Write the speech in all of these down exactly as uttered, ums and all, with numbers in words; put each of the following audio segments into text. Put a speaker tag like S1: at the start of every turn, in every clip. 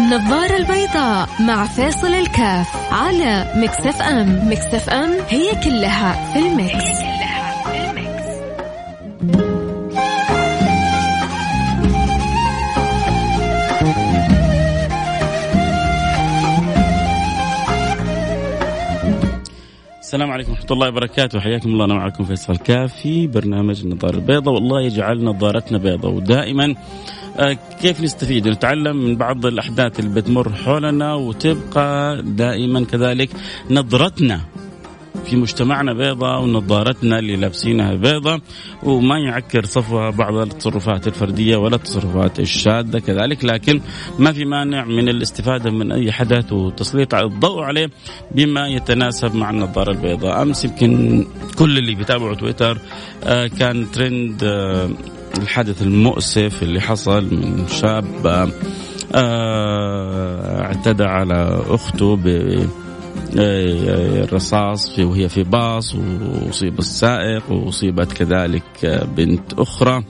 S1: النظارة البيضاء مع فاصل الكاف على ميكس اف ام. ميكس اف ام هي كلها في الميكس.
S2: السلام عليكم ورحمة الله وبركاته. حياكم الله. أنا معكم فيصل كافي، برنامج النظارة البيضاء. والله يجعل نظارتنا بيضاء، ودائما كيف نستفيد ونتعلم من بعض الأحداث اللي بتمر حولنا، وتبقى دائما كذلك نظرتنا في مجتمعنا بيضاء ونظارتنا اللي لابسينها بيضاء، وما يعكر صفوها بعض التصرفات الفردية ولا التصرفات الشاذة كذلك. لكن ما في مانع من الاستفادة من أي حدث وتسليط الضوء عليه بما يتناسب مع النظارة البيضاء. أمس يمكن كل اللي بيتابعوا تويتر كان ترند الحدث المؤسف اللي حصل من شاب اعتدى على أخته ب الرصاص وهي في باص، وأصيب السائق وأصيبت كذلك بنت أخرى.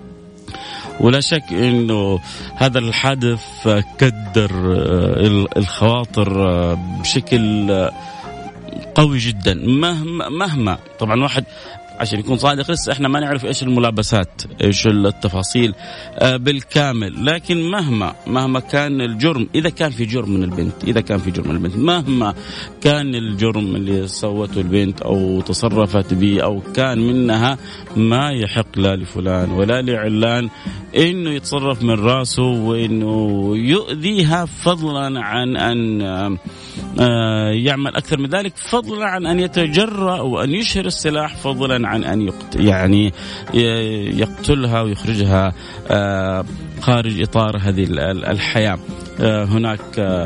S2: ولا شك أنه هذا الحادث كدر الخواطر بشكل قوي جدا. مهما مهما طبعا واحد عشان يكون صادق لسه احنا ما نعرف ايش الملابسات، ايش التفاصيل آه بالكامل، لكن مهما مهما كان الجرم، اذا كان في جرم من البنت اذا كان في جرم من البنت مهما كان الجرم اللي سوته البنت او تصرفت به او كان منها، ما يحق لا لفلان ولا لعلان انه يتصرف من راسه وانه يؤذيها، فضلا عن ان آه يعمل اكثر من ذلك، فضلا عن ان يتجرأ وان يشهر السلاح، فضلا عن أن يقتل يعني يقتلها ويخرجها خارج إطار هذه الحياة. هناك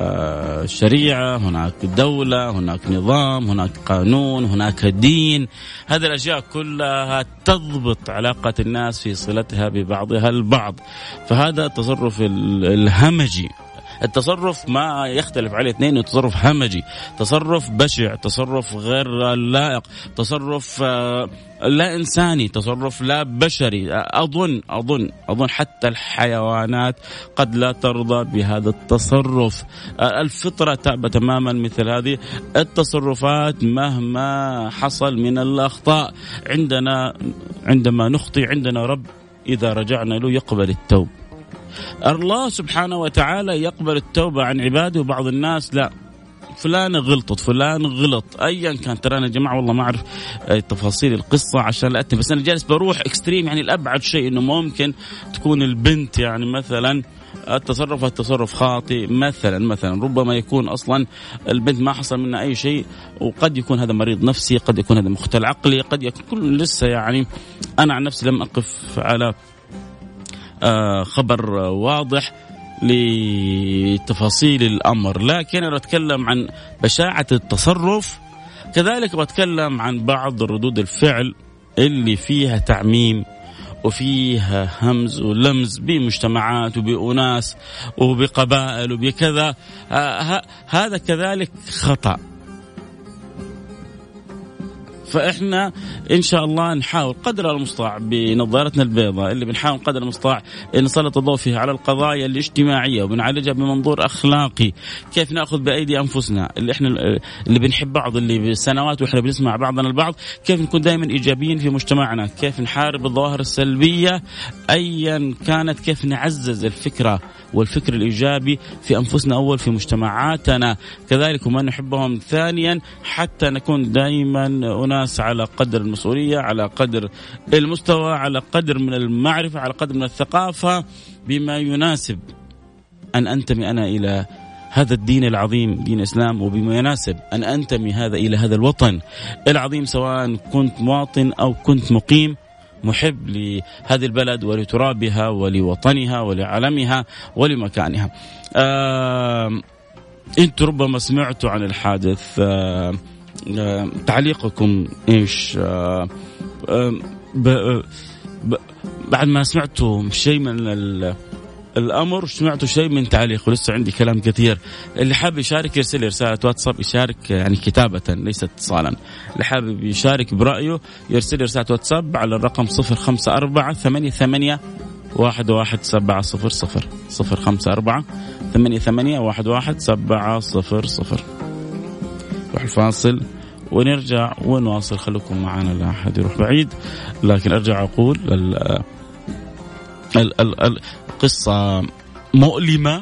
S2: شريعة، هناك دولة، هناك نظام، هناك قانون، هناك دين. هذه الأشياء كلها تضبط علاقة الناس في صلتها ببعضها البعض. فهذا التصرف الهمجي، التصرف ما يختلف عليه اثنين، تصرف همجي، تصرف بشع، تصرف غير لائق، تصرف لا إنساني، تصرف لا بشري. أظن أظن أظن حتى الحيوانات قد لا ترضى بهذا التصرف. الفطرة تأبى تماما مثل هذه التصرفات مهما حصل من الأخطاء. عندنا عندما نخطئ عندنا رب إذا رجعنا له يقبل التوب. الله سبحانه وتعالى يقبل التوبة عن عباده، وبعض الناس لا، فلان غلطت، فلان غلط، أيا كان. ترى أنا يا جماعة والله ما أعرف تفاصيل القصة عشان لا أتني، بس أنا جالس بروح إكستريم، يعني الأبعد شيء إنه ممكن تكون البنت يعني مثلا التصرف التصرف خاطئ مثلا مثلا ربما يكون أصلا البنت ما حصل منها أي شيء، وقد يكون هذا مريض نفسي، قد يكون هذا مختل عقلي، قد يكون كل لسه يعني. أنا عن نفسي لم أقف على خبر واضح لتفاصيل الأمر، لكن أنا أتكلم عن بشاعة التصرف، كذلك بتكلم عن بعض ردود الفعل اللي فيها تعميم وفيها همز ولمز بمجتمعات وبأناس وبقبائل وبكذا. هذا كذلك خطأ. فإحنا إن شاء الله نحاول قدر المستطاع بنظارتنا البيضاء اللي بنحاول قدر المستطاع نسلط الضوء فيها على القضايا الاجتماعية وبنعالجها بمنظور أخلاقي. كيف نأخذ بأيدي أنفسنا اللي إحنا اللي بنحب بعض، اللي بسنوات وإحنا بنسمع بعضنا البعض، كيف نكون دائما إيجابيين في مجتمعنا، كيف نحارب الظواهر السلبية أيا كانت، كيف نعزز الفكرة والفكر الإيجابي في أنفسنا أول، في مجتمعاتنا كذلك وما نحبهم ثانيا، حتى نكون دائما أناس على قدر المسؤولية، على قدر المستوى، على قدر من المعرفة، على قدر من الثقافة، بما يناسب أن أنتمي أنا إلى هذا الدين العظيم دين الإسلام، وبما يناسب أن أنتمي هذا إلى هذا الوطن العظيم، سواء كنت مواطن أو كنت مقيم محب لهذه البلد ولترابها ولوطنها ولعلمها ولمكانها. آه، أنت ربما سمعتوا عن الحادث، آه، آه، تعليقكم إيش؟ آه، آه، ب- ب- بعد ما سمعتوا شيء من الأمر سمعتوا شيء من تعليق، ولسه عندي كلام كثير. اللي حابب يشارك يرسل رسالة واتساب، يشارك يعني كتابة ليس اتصالا. اللي حابب يشارك برأيه يرسل رسالة واتساب على الرقم صفر خمسة أربعة ثمانية ثمانية واحد واحد سبعة صفر صفر صفر خمسة أربعة ثمانية ثمانية واحد واحد سبعة صفر صفر. روح الفاصل ونرجع ونواصل. خلوكم معنا، لا أحد يروح بعيد. لكن أرجع أقول ال ال ال القصة مؤلمة،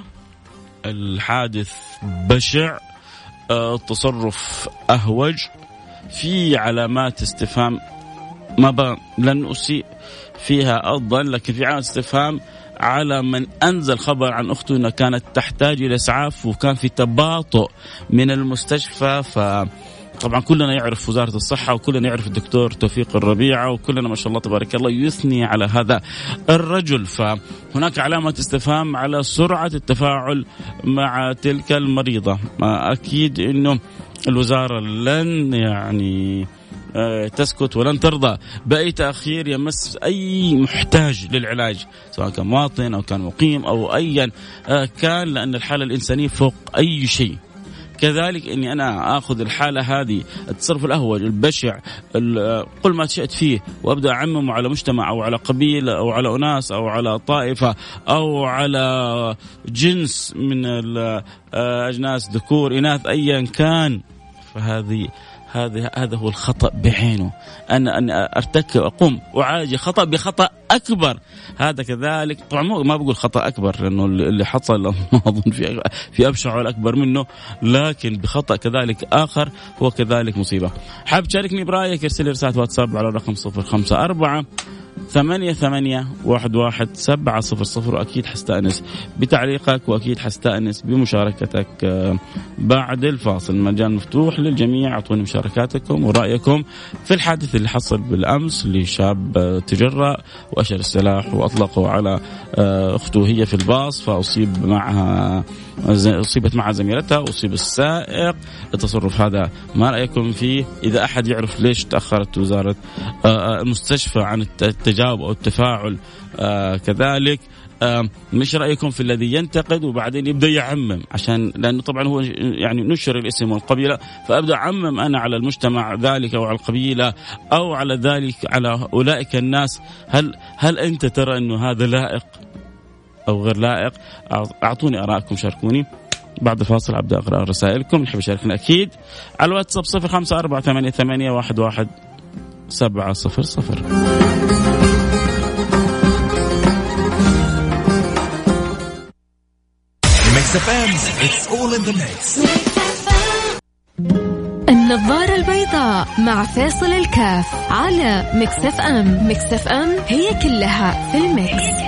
S2: الحادث بشع، التصرف أهوج، في علامات استفهام ما ب... لن أسيء فيها الظن، لكن في علامات استفهام على من أنزل خبر عن أخته أنها كانت تحتاج إلى إسعاف وكان في تباطؤ من المستشفى. فطبعا كلنا يعرف وزارة الصحة وكلنا يعرف الدكتور توفيق الربيعة وكلنا ما شاء الله تبارك الله يثني على هذا الرجل. فهناك علامة استفهام على سرعة التفاعل مع تلك المريضة. أكيد أنه الوزارة لن يعني تسكت ولن ترضى بأي تأخير يمس أي محتاج للعلاج، سواء كان مواطن أو كان مقيم أو أيا كان، لأن الحالة الإنسانية فوق أي شيء. كذلك أني أنا أخذ الحالة هذه، التصرف الأهوج البشع، قل ما شئت فيه، وأبدأ أعممه على مجتمع أو على قبيلة أو على أناس أو على طائفة أو على جنس من الأجناس، ذكور إناث أيا كان، فهذه هذا هذا هو الخطأ بعينه. أنا أن أرتكب أقوم أعالج خطأ بخطأ أكبر. هذا كذلك طبعا ما بقول خطأ أكبر لأنه اللي حصل ما أظن في في أبشع ولا أكبر منه، لكن بخطأ كذلك آخر هو كذلك مصيبة. حاب تشاركني برأيك؟ ارسل رسالة واتساب على الرقم صفر خمسة أربعة ثمانية ثمانية واحد واحد سبعة صفر صفر. وأكيد حستأنس بتعليقك وأكيد حستأنس بمشاركتك بعد الفاصل. مجال مفتوح للجميع، أعطوني مشاركاتكم ورأيكم في الحادث اللي حصل بالأمس لشاب تجرأ وأشر السلاح وأطلقه على أخته هي في الباص، فأصيب معها أصيبت معها زميلتها، أصيب السائق. التصرف هذا ما رأيكم فيه؟ إذا أحد يعرف ليش تأخرت وزارة المستشفى عن التجاوب أو التفاعل آه كذلك، آه مش رأيكم في الذي ينتقد وبعدين يبدأ يعمم، عشان لأنه طبعا هو يعني نشر الاسم والقبيلة، فأبدأ أعمم أنا على المجتمع ذلك أو على القبيلة أو على ذلك على أولئك الناس. هل هل أنت ترى أنه هذا لائق أو غير لائق؟ أعطوني آراءكم، شاركوني. بعد الفاصل أبدأ أقرأ رسائلكم. نحب شاركنا أكيد على الواتساب صفر خمسة أربعة ثمانية ثمانية واحد واحد سبعة صفر صفر.
S1: النظارة البيضاء مع فاصل الكاف على ميكس اف ام. ميكس اف ام هي كلها في الميكس.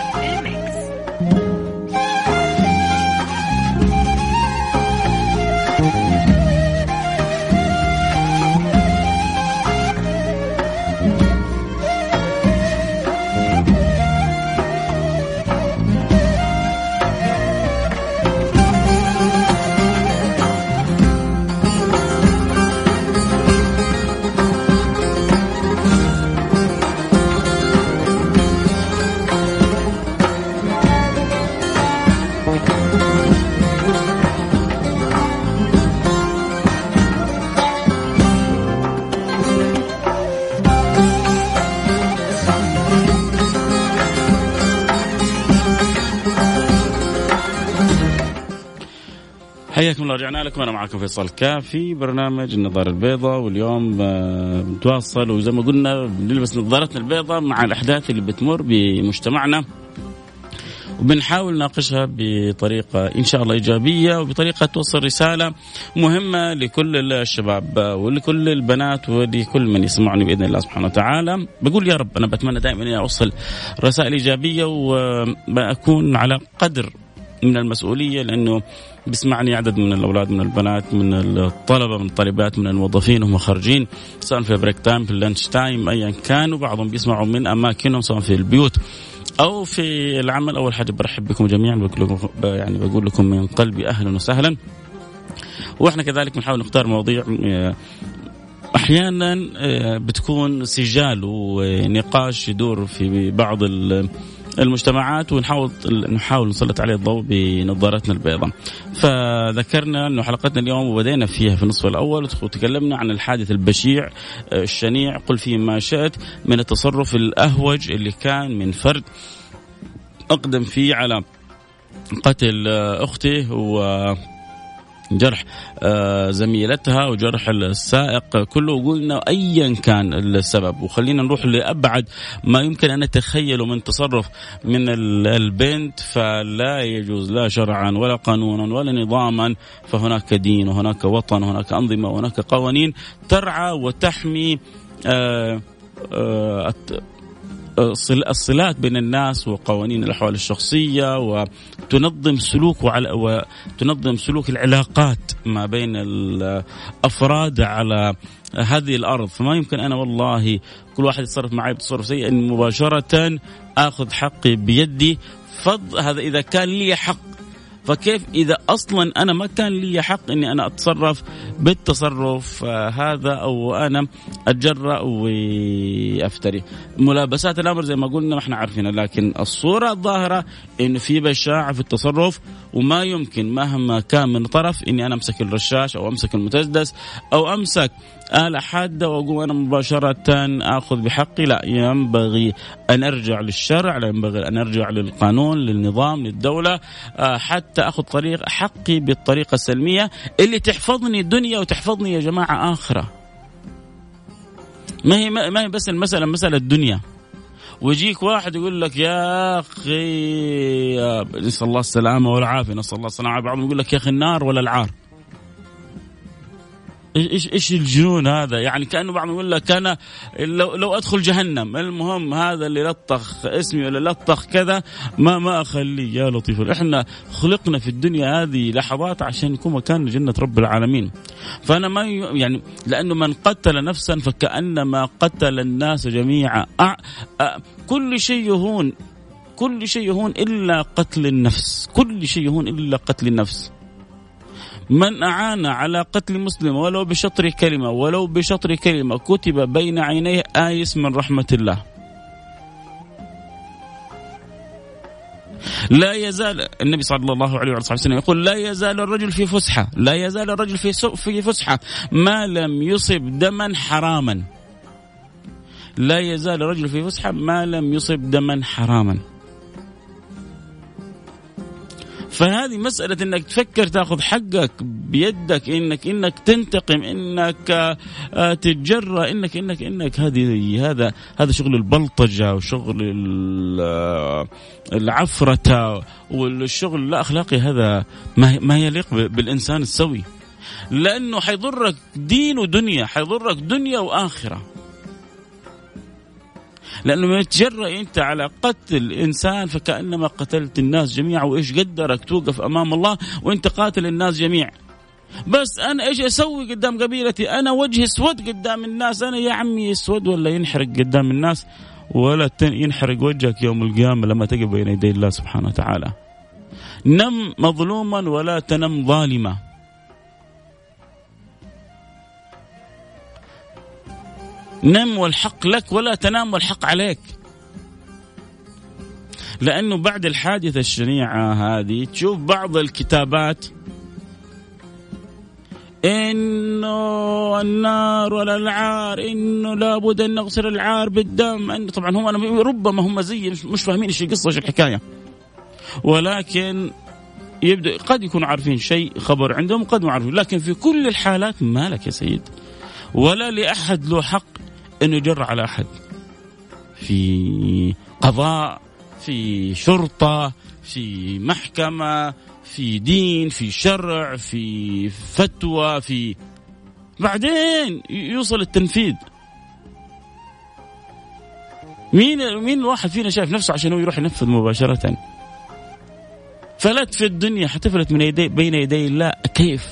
S2: حياكم الله، رجعنا لكم. أنا معكم فيصل كاف في برنامج النظارة البيضاء، واليوم بنتواصل وزي ما قلنا بنلبس نظارتنا البيضاء مع الأحداث اللي بتمر بمجتمعنا، وبنحاول نناقشها بطريقة إن شاء الله إيجابية وبطريقة توصل رسالة مهمة لكل الشباب ولكل البنات ولكل من يسمعني بإذن الله سبحانه وتعالى. بقول يا رب أنا بتمنى دائما أن أوصل رسائل إيجابية وبكون على قدر من المسؤولية، لأنه بيسمعني عدد من الأولاد من البنات من الطلبة من الطالبات من الموظفين وهم خارجين، سواء في بريك تايم في اللانش تايم أيا كان، وبعضهم بيسمعوا من أماكنهم سواء في البيوت أو في العمل. أول حاجة برحب بكم جميعا، بقول لكم يعني بقول لكم من قلبي أهلا وسهلا. وإحنا كذلك بنحاول نختار مواضيع أحيانا بتكون سجال ونقاش يدور في بعض المجتمعات، ونحاول نحاول نسلط عليه الضوء بنظارتنا البيضاء. فذكرنا أنه حلقتنا اليوم وبدأنا فيها في النصف الأول وتكلمنا عن الحادث البشيع الشنيع، قل فيه ما شئت، من التصرف الأهوج اللي كان من فرد أقدم فيه على قتل أخته وجرح زميلتها وجرح السائق كله. قلنا أيا كان السبب، وخلينا نروح لأبعد ما يمكن أن نتخيله من تصرف من البنت، فلا يجوز لا شرعا ولا قانونا ولا نظاما، فهناك دين وهناك وطن وهناك أنظمة وهناك قوانين ترعى وتحمي آآ آآ الصلات بين الناس وقوانين الأحوال الشخصية، وتنظم سلوك وتنظم سلوك العلاقات ما بين الأفراد على هذه الأرض. فما يمكن أنا والله كل واحد يتصرف معي بتصرف سيء إن مباشرة أخذ حقي بيدي. فض هذا إذا كان لي حق، فكيف إذا أصلا أنا ما كان لي حق إني أنا أتصرف بالتصرف هذا، أو أنا أتجرأ وأفتري. ملابسات الأمر زي ما قلنا ما احنا عارفين، لكن الصورة الظاهرة إنه في بشاعة في التصرف، وما يمكن مهما كان من طرف إني أنا أمسك الرشاش أو أمسك المسدس أو أمسك آلة حادة وأقوم أنا مباشرة أخذ بحقي. لا، ينبغي أن أرجع للشرع، لا ينبغي أن أرجع للقانون للنظام للدولة، حتى أخذ طريق حقي بالطريقة السلمية اللي تحفظني دنيا وتحفظني يا جماعة آخرة. ما هي ما هي بس المسألة مسألة الدنيا. ويجيك واحد يقول لك يا أخي نسأل الله السلامة والعافية، نسأل الله السلامة، بعضهم يقول لك يا أخي النار ولا العار. إيش إيش الجنون هذا؟ يعني كأنه بعضهم يقول لك أنا لو لو أدخل جهنم، المهم هذا اللي لطخ اسمي ولا لطخ كذا ما ما أخليه. يا لطيف، إحنا خلقنا في الدنيا هذه لحظات عشان نكون مكان جنة رب العالمين. فأنا ما يعني لأنه من قتل نفسا فكأنما قتل الناس جميعا. أع... أ... كل شيء يهون، كل شيء يهون إلا قتل النفس، كل شيء يهون إلا قتل النفس. من أعان على قتل مسلم ولو بشطر كلمة ولو بشطر كلمة كتب بين عينيه آيس من رحمة الله. لا يزال النبي صلى الله عليه وسلم يقول لا يزال الرجل في فسحة، لا يزال الرجل في في فسحة ما لم يصب دما حراما. لا يزال الرجل في فسحة ما لم يصب دما حراما. فهذه مسألة إنك تفكر تأخذ حقك بيدك، إنك إنك تنتقم، إنك تتجرأ، إنك إنك إنك هذه هذا هذا شغل البلطجة وشغل العفرة والشغل لا أخلاقي. هذا ما ما يليق بالإنسان السوي، لأنه حيضرك دين ودنيا، حيضرك دنيا وآخرة. لأنه ما يتجرأ أنت على قتل إنسان فكأنما قتلت الناس جميعا، وإيش قدرك توقف أمام الله وأنت قاتل الناس جميع. بس أنا إيش أسوي قدام قبيلتي؟ أنا وجهي اسود قدام الناس. أنا يا عمي اسود ولا ينحرق قدام الناس، ولا ينحرق وجهك يوم القيامة لما تقف بين يدي الله سبحانه وتعالى. نم مظلوما ولا تنم ظالما. نم والحق لك ولا تنام والحق عليك. لأنه بعد الحادثة الشنيعة هذه تشوف بعض الكتابات إنه النار ولا العار، إنه لابد أن نغسل العار بالدم. إنه طبعا هم ربما هم زي مش فاهمين إيش القصة إيش الحكاية، ولكن يبدأ قد يكونوا عارفين شيء خبر عندهم قد ما عارفين. لكن في كل الحالات مالك يا سيد، ولا لأحد له حق أنه يجر على أحد في قضاء، في شرطة، في محكمة، في دين، في شرع، في فتوى، في بعدين يوصل التنفيذ. مين مين الواحد فينا شايف نفسه عشان هو يروح ينفذ مباشرة؟ فلت في الدنيا حتفلت من يدي بين يدي الله كيف؟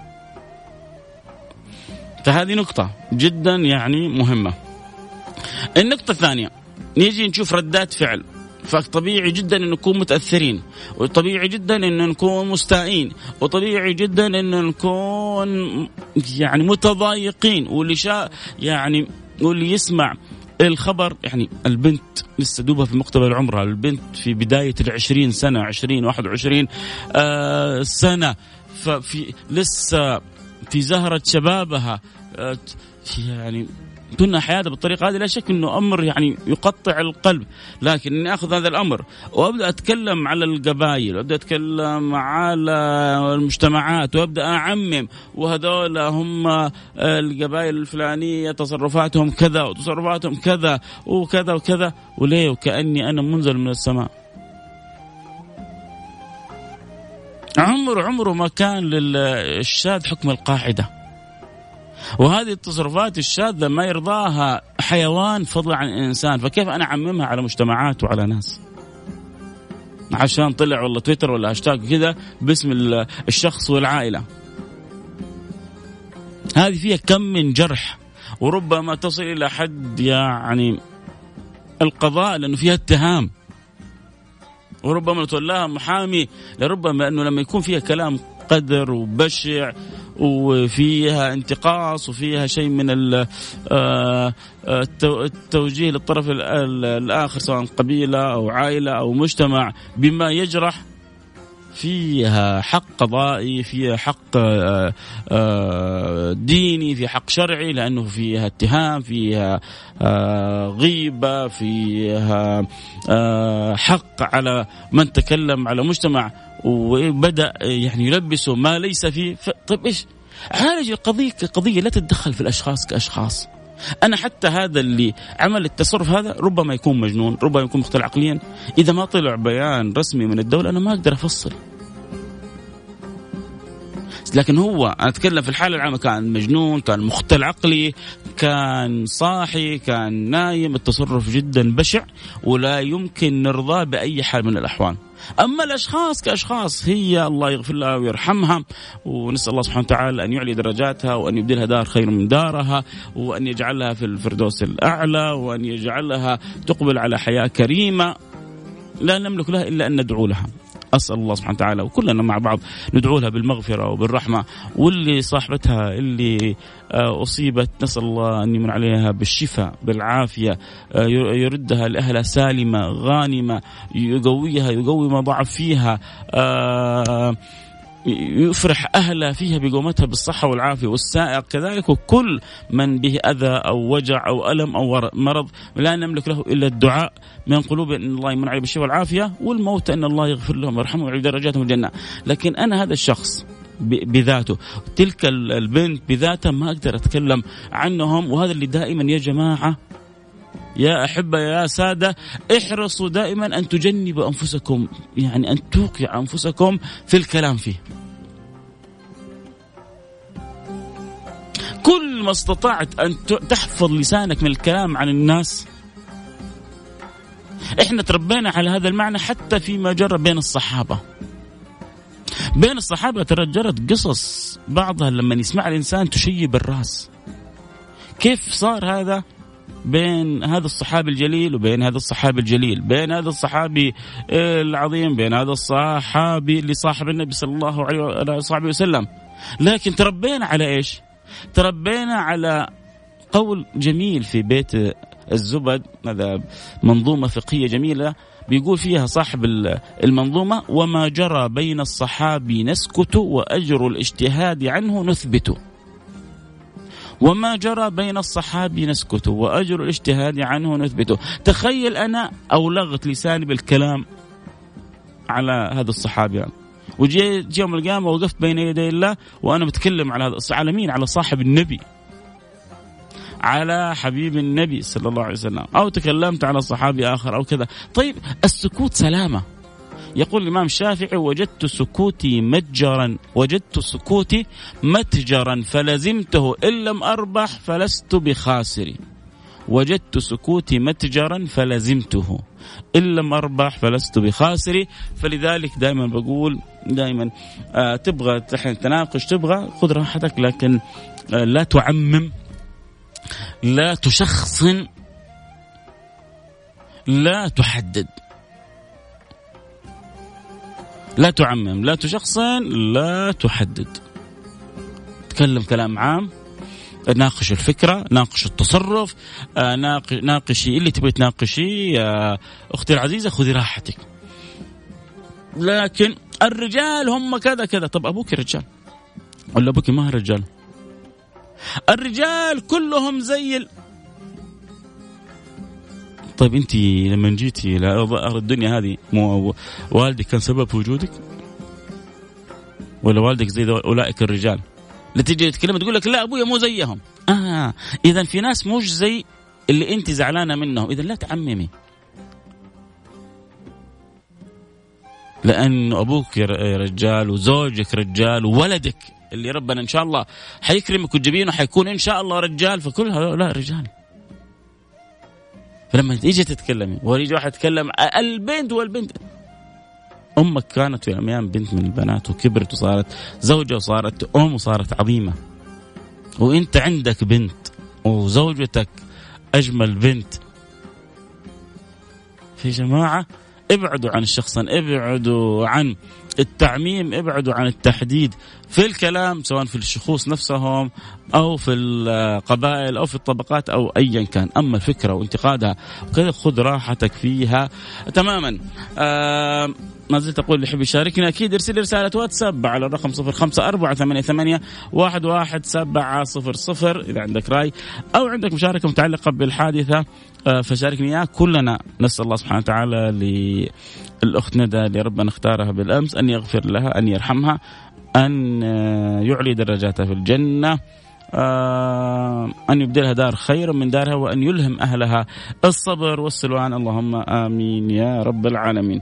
S2: فهذه نقطة جدا يعني مهمة. النقطة الثانية نيجي نشوف ردات فعل. فطبيعي جدا أن نكون متأثرين، وطبيعي جدا أن نكون مستائين، وطبيعي جدا أن نكون يعني متضايقين. واللي شاء يعني واللي يسمع الخبر، يعني البنت لسه دوبها في مقتبل عمرها، البنت في بداية العشرين سنة، عشرين واحد وعشرين آه سنة، ففي لسه في زهرة شبابها، آه يعني تنهى حياته بالطريقة هذه لا شك أنه أمر يعني يقطع القلب. لكن إني أخذ هذا الأمر وأبدأ أتكلم على القبائل وأبدأ أتكلم على المجتمعات وأبدأ أعمم وهذول هم القبائل الفلانية تصرفاتهم كذا وتصرفاتهم كذا وكذا وكذا، وليه وكأني أنا منزل من السماء. عمره عمره ما كان للشاذ حكم القاعدة، وهذه التصرفات الشاذة ما يرضاها حيوان فضلا عن إنسان، فكيف أنا أعممها على مجتمعات وعلى ناس عشان طلع والله تويتر ولا هاشتاج كذا باسم الشخص والعائلة؟ هذه فيها كم من جرح، وربما تصل إلى حد يعني القضاء لأنه فيها اتهام، وربما تولىها محامي، لربما أنه لما يكون فيها كلام قدر وبشع وفيها انتقاص وفيها شيء من التوجيه للطرف الآخر سواء قبيلة أو عائلة أو مجتمع بما يجرح، فيها حق قضائي، فيها حق ديني، فيها حق شرعي، لأنه فيها اتهام، فيها غيبة، فيها حق على من تكلم على مجتمع وبدأ يعني يلبسه ما ليس فيه. طيب إيش؟ عالج القضية كقضية، لا تتدخل في الأشخاص كأشخاص. أنا حتى هذا اللي عمل التصرف هذا ربما يكون مجنون، ربما يكون مختل عقليا، إذا ما طلع بيان رسمي من الدولة أنا ما أقدر أفصل. لكن هو أنا أتكلم في الحالة العامة، كان مجنون، كان مختل عقلي، كان صاحي، كان نايم، التصرف جدا بشع ولا يمكن نرضاه بأي حال من الأحوال. أما الأشخاص كأشخاص هي الله يغفر لها ويرحمها، ونسأل الله سبحانه وتعالى أن يعلي درجاتها وأن يبدلها دار خير من دارها، وأن يجعلها في الفردوس الأعلى، وأن يجعلها تقبل على حياة كريمة لا نملك لها إلا أن ندعو لها. أسأل الله سبحانه وتعالى وكلنا مع بعض ندعو لها بالمغفرة وبالرحمة، واللي صاحبتها اللي أصيبت نسأل الله أن يمن عليها بالشفاء بالعافية، يردها لأهلها سالمة غانمة، يقويها يقوي ما ضعف فيها، يفرح أهلها فيها بقومتها بالصحة والعافية، والسائق كذلك، وكل من به أذى أو وجع أو ألم أو مرض لا نملك له إلا الدعاء من قلوب أن الله يمن عليه بالشفاء والعافية، والموت أن الله يغفر لهم ويرحمهم ويعلي درجاتهم الجنة. لكن أنا هذا الشخص بذاته، تلك البنت بذاتها ما أقدر أتكلم عنهم. وهذا اللي دائما يا جماعة يا أحبة يا سادة احرصوا دائما أن تجنبوا أنفسكم، يعني أن توقع أنفسكم في الكلام فيه. كل ما استطعت أن تحفظ لسانك من الكلام عن الناس. إحنا تربينا على هذا المعنى حتى فيما جرى بين الصحابة. بين الصحابة ترجرت قصص بعضها لما يسمع الإنسان تشيب الرأس. كيف صار هذا بين هذا الصحابي الجليل وبين هذا الصحابي الجليل، بين هذا الصحابي العظيم بين هذا الصحابي اللي صاحب النبي صلى الله عليه وسلم. لكن تربينا على إيش؟ تربينا على قول جميل في بيت الزبد، هذا منظومة فقهية جميلة بيقول فيها صاحب المنظومة: وما جرى بين الصحابي نسكت وأجر الاجتهاد عنه نثبت. وما جرى بين الصحابي نسكت وأجر الاجتهاد عنه نثبته. تخيل أنا أولغت لساني بالكلام على هذا الصحابي يعني. وجيت يوم القيامة وقفت بين يدي الله وأنا بتكلم على هذا على مين؟ على صاحب النبي، على حبيب النبي صلى الله عليه وسلم، أو تكلمت على صحابي آخر أو كذا. طيب السكوت سلامة. يقول الإمام الشافعي: وجدت سكوتي متجرا وجدت سكوتي متجرا فلزمته إن لم أربح فلست بخاسري. وجدت سكوتي متجرا فلزمته إن لم أربح فلست بخاسري. فلذلك دائما بقول دائما آه تبغى تناقش تبغى خذ راحتك، لكن آه لا تعمم، لا تشخصن، لا تحدد. لا تعمم، لا تشخصن، لا تحدد. تكلم كلام عام، ناقش الفكرة، ناقش التصرف، ناقشي اللي تبغي تناقشي. أختي العزيزة خذي راحتك. لكن الرجال هم كذا كذا. طب أبوك رجال ولا أبوك ما رجال؟ الرجال كلهم زي طيب أنت لما جيتي إلى أرض الدنيا هذه والدك كان سبب في وجودك؟ ولا والدك زي أولئك الرجال اللي تيجي تتكلم تقول لك لا أبويا مو زيهم؟ آه إذا في ناس مش زي اللي أنت زعلانة منهم، إذا لا تعممي، لأن أبوك رجال وزوجك رجال وولدك اللي ربنا إن شاء الله حيكرمك وتجيبينه حيكون إن شاء الله رجال، فكلها لا رجال. فلما تيجي تتكلمي ويجي واحد يتكلم البنت والبنت، أمك كانت في الأيام بنت من البنات وكبرت وصارت زوجة وصارت أم وصارت عظيمة، وإنت عندك بنت وزوجتك أجمل بنت. في جماعة ابعدوا عن الشخصن، ابعدوا عن التعميم، ابعدوا عن التحديد في الكلام سواء في الشخوص نفسهم أو في القبائل أو في الطبقات أو أيا كان. أما الفكرة وانتقادها وكذا خذ راحتك فيها تماما. آه ما زلت أقول اللي يحب يشاركنا أكيد ارسل رسالة واتساب على الرقم صفر خمسة أربعة ثمانية ثمانية واحد واحد سبعة صفر صفر إذا عندك رأي أو عندك مشاركة متعلقة بالحادثة فشاركني إياه. كلنا نسأل الله سبحانه وتعالى للأخت ندى اللي ربنا اختارها بالأمس أن يغفر لها، أن يرحمها، أن يعلي درجاتها في الجنة، أن يبدلها دار خير من دارها، وأن يلهم أهلها الصبر والسلوان، اللهم آمين يا رب العالمين.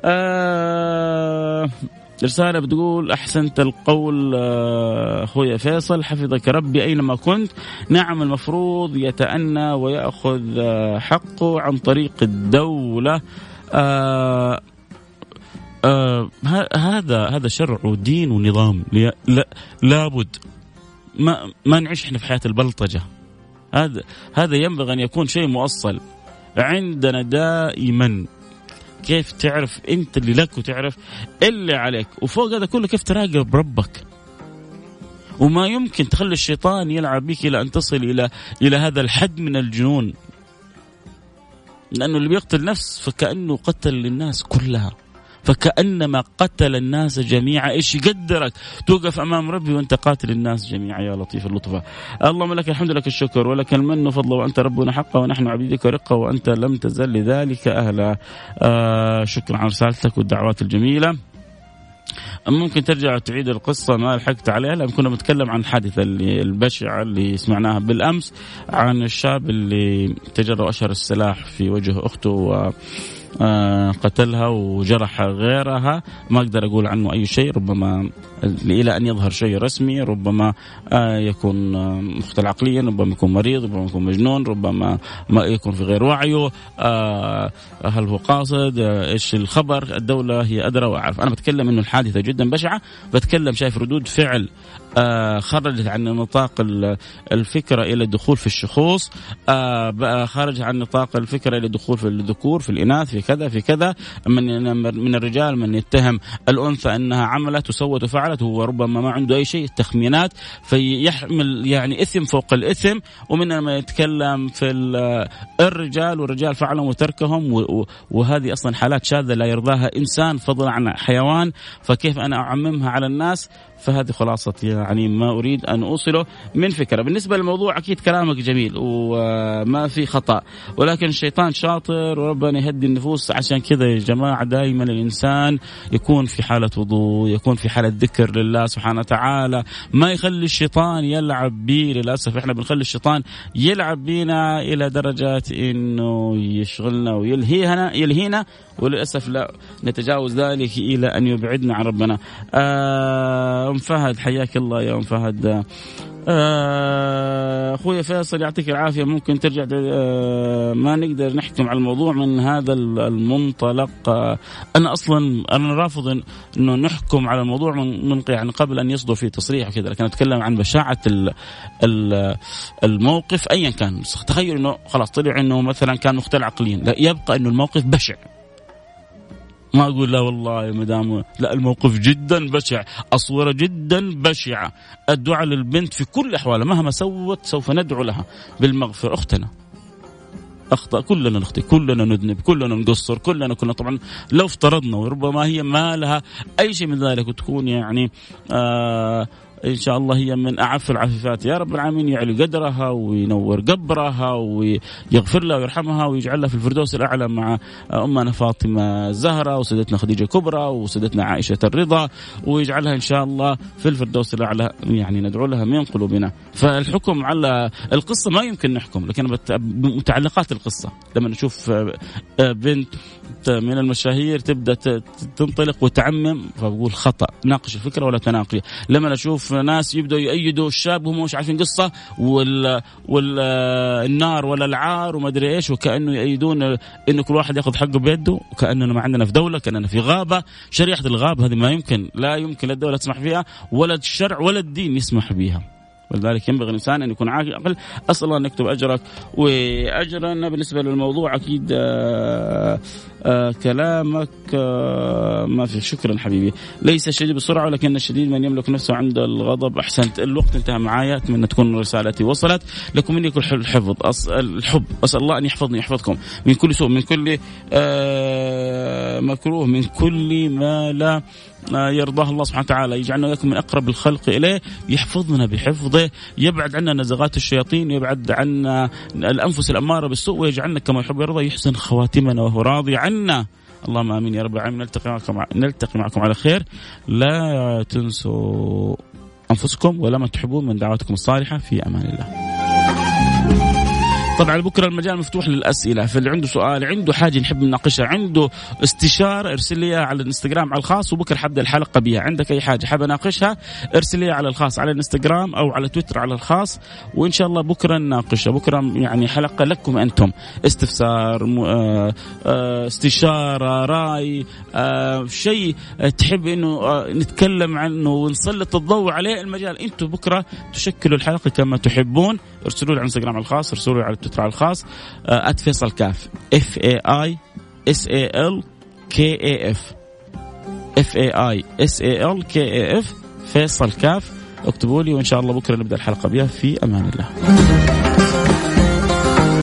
S2: آه رسالة بتقول أحسنت القول أخويا فيصل حفظك ربي أينما كنت. نعم المفروض يتأنى ويأخذ حقه عن طريق الدولة. آه آه هذا هذا شرع ودين ونظام، لا لابد ما ما نعيش احنا في حياة البلطجة. هذا هذا ينبغي أن يكون شيء مؤصل عندنا دائما. كيف تعرف أنت اللي لك وتعرف اللي عليك، وفوق هذا كله كيف تراقب ربك، وما يمكن تخلي الشيطان يلعب بك إلى أن تصل إلى إلى هذا الحد من الجنون، لأنه اللي بيقتل نفس فكأنه قتل الناس كلها، فكأنما قتل الناس جميعا. إيش يقدرك توقف أمام ربي وأنت قاتل الناس جميعا؟ يا لطيف اللطفة. اللهم لك الحمد لك الشكر ولك المن وفضل، وأنت ربنا حقا ونحن عبيدك رقا، وأنت لم تزل لذلك أهلا. آه شكرا على رسالتك والدعوات الجميلة. ممكن ترجع وتعيد القصة ما لحقت عليها، لأن كنا بنتكلم عن الحادثة اللي البشعة اللي سمعناها بالأمس عن الشاب اللي تجرأ أشهر السلاح في وجه أخته و آه قتلها وجرح غيرها. ما أقدر أقول عنه أي شيء، ربما إلى أن يظهر شيء رسمي، ربما آه يكون آه مختل عقليا، ربما يكون مريض، ربما يكون مجنون، ربما ما يكون في غير وعيه. آه هل هو قاصد؟ آه إيش الخبر؟ الدولة هي أدرى وأعرف. أنا بتكلم إنه الحادثة جدا بشعة، بتكلم شايف ردود فعل آه خرجت عن نطاق الفكرة إلى الدخول في الشخوص، آه خرج عن نطاق الفكرة إلى الدخول في الذكور في الإناث في كذا في كذا. من من الرجال من يتهم الأنثى أنها عملت وسوت وفعلت، هو ربما ما عنده أي شيء، تخمينات، فيحمل يعني إثم فوق الإثم. ومن ما يتكلم في الرجال والرجال فعلهم وتركهم، وهذه أصلا حالات شاذة لا يرضاها إنسان فضلا عن حيوان، فكيف أنا أعممها على الناس؟ فهذه خلاصة يعني ما أريد أن أوصله من فكرة. بالنسبة للموضوع أكيد كلامك جميل وما في خطأ، ولكن الشيطان شاطر وربنا يهدي النفوس. عشان كذا يا جماعة دائما الإنسان يكون في حالة وضوء، يكون في حالة ذكر لله سبحانه وتعالى، ما يخلي الشيطان يلعب بيه. للأسف إحنا بنخلي الشيطان يلعب بينا إلى درجة إنه يشغلنا ويلهينا يلهينا وللأسف لا نتجاوز ذلك إلى أن يبعدنا عن ربنا. آه أم فهد حياك الله يا أم فهد. آه أخوي فيصل يعطيك العافية، ممكن ترجع آه ما نقدر نحكم على الموضوع من هذا المنطلق. آه أنا أصلا أنا رافض إنه نحكم على الموضوع من, من يعني قبل أن يصدر فيه تصريح وكذا، لكن أتكلم عن بشاعة الموقف أيا كان. تخيل إنه خلاص طلع إنه مثلا كان مختل عقليا، لا يبقى إنه الموقف بشع. ما أقول لا والله يا مدام، لا الموقف جدا بشع، أصورة جدا بشعة. الدعاء للبنت في كل أحوالها مهما سوت سوف ندعو لها بالمغفرة. أختنا أخطأ، كلنا نخطئ، كلنا نذنب، كلنا نقصر، كلنا كلنا طبعا لو افترضنا وربما هي ما لها أي شيء من ذلك وتكون يعني آه إن شاء الله هي من أعف العفيفات، يا رب العالمين يعلي قدرها وينور قبرها ويغفر لها ويرحمها ويجعلها في الفردوس الأعلى مع أمنا فاطمة الزهراء وسيدتنا خديجة كبرى وسيدتنا عائشة الرضا، ويجعلها إن شاء الله في الفردوس الأعلى. يعني ندعو لها من قلوبنا. فالحكم على القصة ما يمكن نحكم، لكن متعلقات القصة لما نشوف بنت من المشاهير تبدأ تنطلق وتعمم فبقول خطأ، ناقش الفكرة ولا تناقش. لما نشوف ناس يبدأوا يأيدوا الشاب وهم مش عارفين قصة وال والنار ولا العار وما أدري إيش، وكأنه يأيدون إنه كل واحد يأخذ حقه بيده، وكأننا ما عندنا في دولة، كأننا في غابة. شريعة الغاب هذه ما يمكن، لا يمكن لا الدولة تسمح فيها ولا الشرع ولا الدين يسمح بها. ولذلك ينبغي الإنسان أن يكون عاقل. أسأل الله أن يكتب أجرك وأجرنا. بالنسبة للموضوع أكيد آآ آآ كلامك آآ ما في. شكرا حبيبي. ليس الشديد بسرعة ولكن الشديد من يملك نفسه عند الغضب. أحسنت. الوقت انتهى معايا، أتمنى تكون رسالتي وصلت لكم. مني كل الحفظ الحب. أسأل الله أن يحفظني يحفظكم من كل سوء، من كل مكروه، من كل ما لا يرضاه الله سبحانه وتعالى. يجعلنا وياكم من أقرب الخلق إليه، يحفظنا بحفظه، يبعد عنا نزغات الشياطين، يبعد عنا الأنفس الأمارة بالسوء، ويجعلنا كما يحب ويرضى، يحسن خواتمنا وهو راضي عنا. اللهم آمين يا رب العالمين. نلتقي معكم نلتقي معكم على خير. لا تنسوا أنفسكم ولا ما تحبون من دعواتكم الصالحة. في أمان الله. طبعا بكرة المجال مفتوح للأسئلة، فاللي عنده سؤال، عنده حاجة نحب نناقشها، عنده استشارة، ارسل لي على الانستغرام على الخاص، وبكرة حبدأ الحلقة بها. عندك أي حاجة حاب ناقشها ارسل لي على الخاص على الانستغرام أو على تويتر على الخاص، وإن شاء الله بكرة نناقشها. بكرة يعني حلقة لكم أنتم، استفسار، استشارة، رأي، شيء تحب إنه نتكلم عنه ونسلط الضوء عليه المجال. أنتم بكرة تشكلوا الحلقة كما تحبون. ارسلوا لي على الانستغرام على الخاص، ارسلوا لي على تويتر على الخاص ات فيصل كاف اف اي اي اس اي ال كي اي اف اف اي اي اس اي ال كي اي اف فيصل كاف. اكتبوا لي وان شاء الله بكره نبدا الحلقه بها. في امان الله.